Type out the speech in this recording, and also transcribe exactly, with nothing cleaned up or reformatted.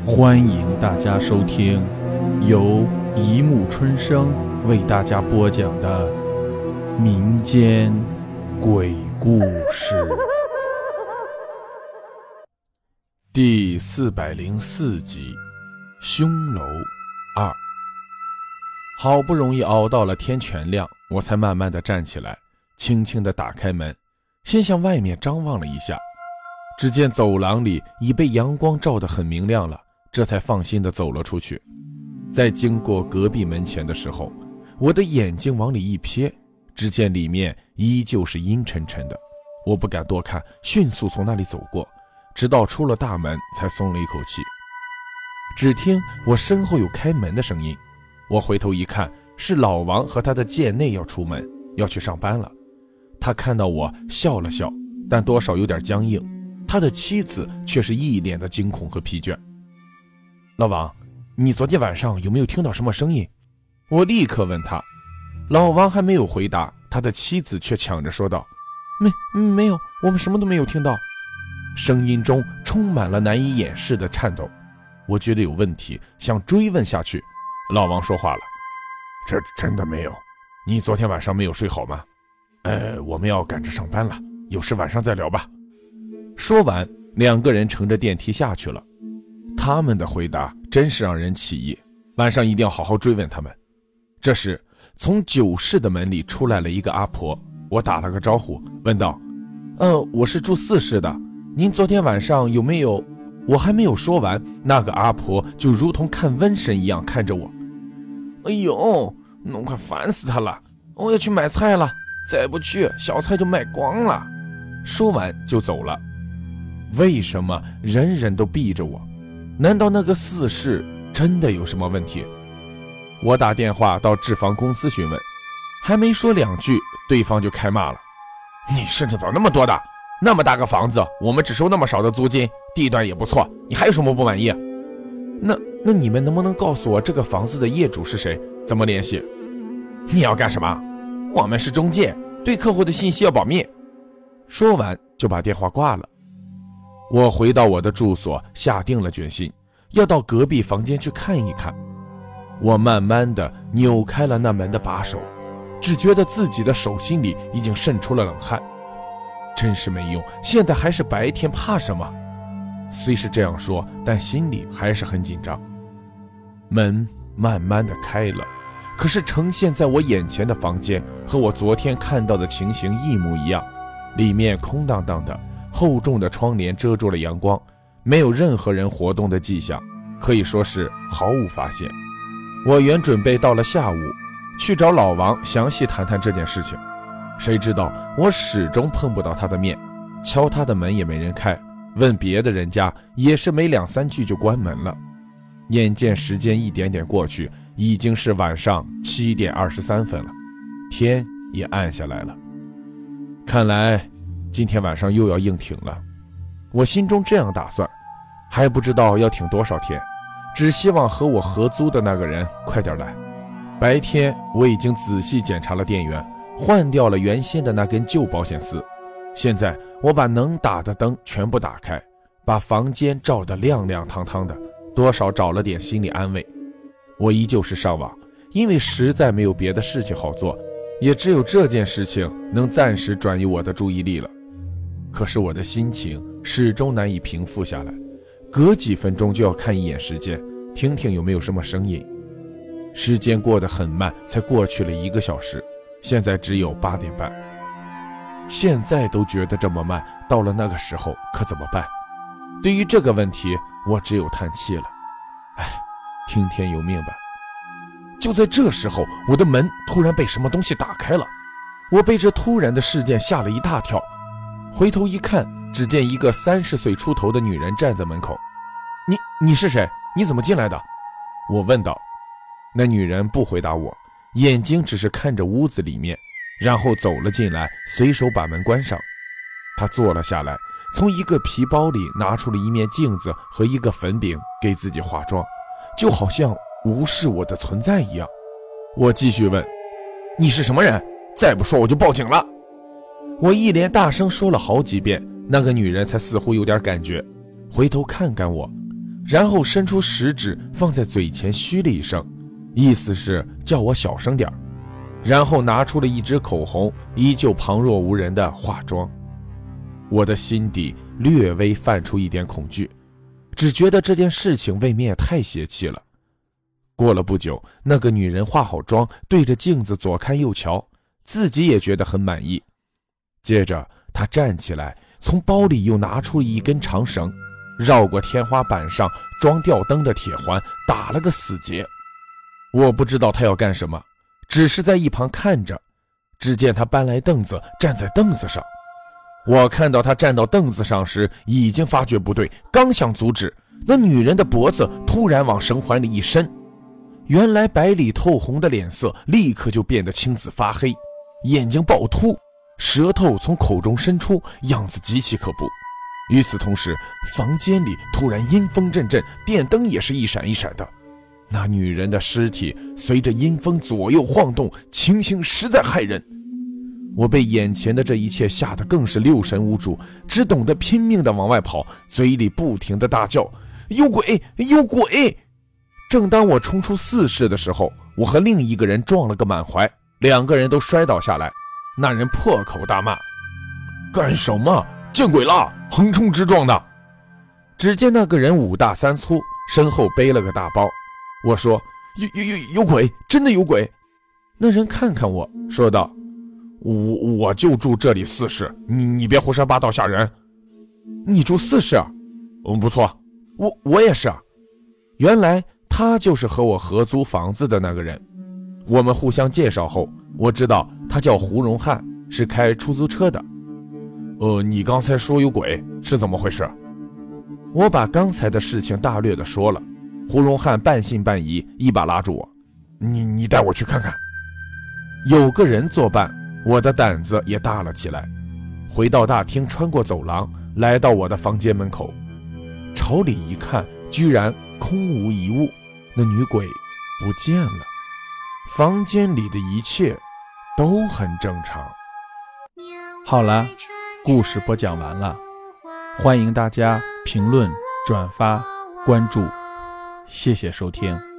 欢迎大家收听由一木春生为大家播讲的民间鬼故事第四百零四集，凶楼二。好不容易熬到了天全亮，我才慢慢地站起来，轻轻地打开门，先向外面张望了一下，只见走廊里已被阳光照得很明亮了，这才放心地走了出去。在经过隔壁门前的时候，我的眼睛往里一瞥，只见里面依旧是阴沉沉的。我不敢多看，迅速从那里走过，直到出了大门才松了一口气。只听我身后有开门的声音，我回头一看，是老王和他的贱内要出门，要去上班了。他看到我笑了笑，但多少有点僵硬，他的妻子却是一脸的惊恐和疲倦。老王，你昨天晚上有没有听到什么声音？我立刻问他。老王还没有回答，他的妻子却抢着说道，没没有，我们什么都没有听到。声音中充满了难以掩饰的颤抖。我觉得有问题，想追问下去。老王说话了，这真的没有，你昨天晚上没有睡好吗？呃，我们要赶着上班了，有事晚上再聊吧。说完，两个人乘着电梯下去了。他们的回答真是让人起疑，晚上一定要好好追问他们。这时从酒室的门里出来了一个阿婆，我打了个招呼，问道，呃，我是住四室的，您昨天晚上有没有……我还没有说完，那个阿婆就如同看瘟神一样看着我。哎呦，弄快烦死他了，我要去买菜了，再不去小菜就卖光了。说完就走了。为什么人人都避着我？难道那个四室真的有什么问题？我打电话到置房公司询问，还没说两句，对方就开骂了，你身上找那么多的，那么大个房子，我们只收那么少的租金，地段也不错，你还有什么不满意？那那你们能不能告诉我这个房子的业主是谁，怎么联系？你要干什么？我们是中介，对客户的信息要保密。说完就把电话挂了。我回到我的住所，下定了决心，要到隔壁房间去看一看。我慢慢地扭开了那门的把手，只觉得自己的手心里已经渗出了冷汗。真是没用，现在还是白天，怕什么？虽是这样说，但心里还是很紧张。门慢慢地开了，可是呈现在我眼前的房间和我昨天看到的情形一模一样，里面空荡荡的，厚重的窗帘遮住了阳光，没有任何人活动的迹象，可以说是毫无发现。我原准备到了下午去找老王详细谈谈这件事情，谁知道我始终碰不到他的面，敲他的门也没人开，问别的人家也是没两三句就关门了。眼见时间一点点过去，已经是晚上七点二十三分了，天也暗下来了。看来今天晚上又要硬挺了，我心中这样打算，还不知道要挺多少天，只希望和我合租的那个人快点来。白天我已经仔细检查了电源，换掉了原先的那根旧保险丝，现在我把能打的灯全部打开，把房间照得亮亮堂堂的，多少找了点心理安慰。我依旧是上网，因为实在没有别的事情好做，也只有这件事情能暂时转移我的注意力了。可是我的心情始终难以平复下来，隔几分钟就要看一眼时间，听听有没有什么声音。时间过得很慢，才过去了一个小时，现在只有八点半。现在都觉得这么慢，到了那个时候可怎么办？对于这个问题，我只有叹气了。唉，听天由命吧。就在这时候，我的门突然被什么东西打开了，我被这突然的事件吓了一大跳。回头一看，只见一个三十岁出头的女人站在门口。你你是谁？你怎么进来的？我问道。那女人不回答我，眼睛只是看着屋子里面，然后走了进来，随手把门关上。她坐了下来，从一个皮包里拿出了一面镜子和一个粉饼给自己化妆，就好像无视我的存在一样。我继续问，你是什么人？再不说我就报警了。我一连大声说了好几遍，那个女人才似乎有点感觉，回头看看我， 然后伸出食指放在嘴前嘘了一声，意思是叫我小声点，然后拿出了一支口红，依旧旁若无人的化妆。我的心底略微泛出一点恐惧，只觉得这件事情未免也太邪气了。过了不久，那个女人化好妆，对着镜子左看右瞧，自己也觉得很满意。接着她站起来，从包里又拿出了一根长绳，绕过天花板上装吊灯的铁环，打了个死结。我不知道她要干什么，只是在一旁看着。只见她搬来凳子，站在凳子上。我看到她站到凳子上时，已经发觉不对，刚想阻止，那女人的脖子突然往绳环里一伸，原来白里透红的脸色立刻就变得青紫发黑，眼睛暴突，舌头从口中伸出，样子极其可怖。与此同时，房间里突然阴风阵阵，电灯也是一闪一闪的。那女人的尸体随着阴风左右晃动，情形实在骇人。我被眼前的这一切吓得更是六神无主，只懂得拼命地往外跑，嘴里不停地大叫：有鬼，有鬼！正当我冲出四室的时候，我和另一个人撞了个满怀，两个人都摔倒下来。那人破口大骂：干什么？见鬼了，横冲直撞的！只见那个人五大三粗，身后背了个大包。我说：有有有有鬼，真的有鬼！那人看看我说道：我我就住这里四室，你你别胡说八道吓人。你住四室？嗯，不错，我我也是。原来他就是和我合租房子的那个人。我们互相介绍后，我知道他叫胡荣汉，是开出租车的。呃，你刚才说有鬼，是怎么回事？我把刚才的事情大略的说了。胡荣汉半信半疑，一把拉住我：你你带我去看看。有个人作伴，我的胆子也大了起来。回到大厅，穿过走廊，来到我的房间门口，朝里一看，居然空无一物，那女鬼不见了。房间里的一切都很正常。 好了，故事播讲完了，欢迎大家评论、转发、关注，谢谢收听。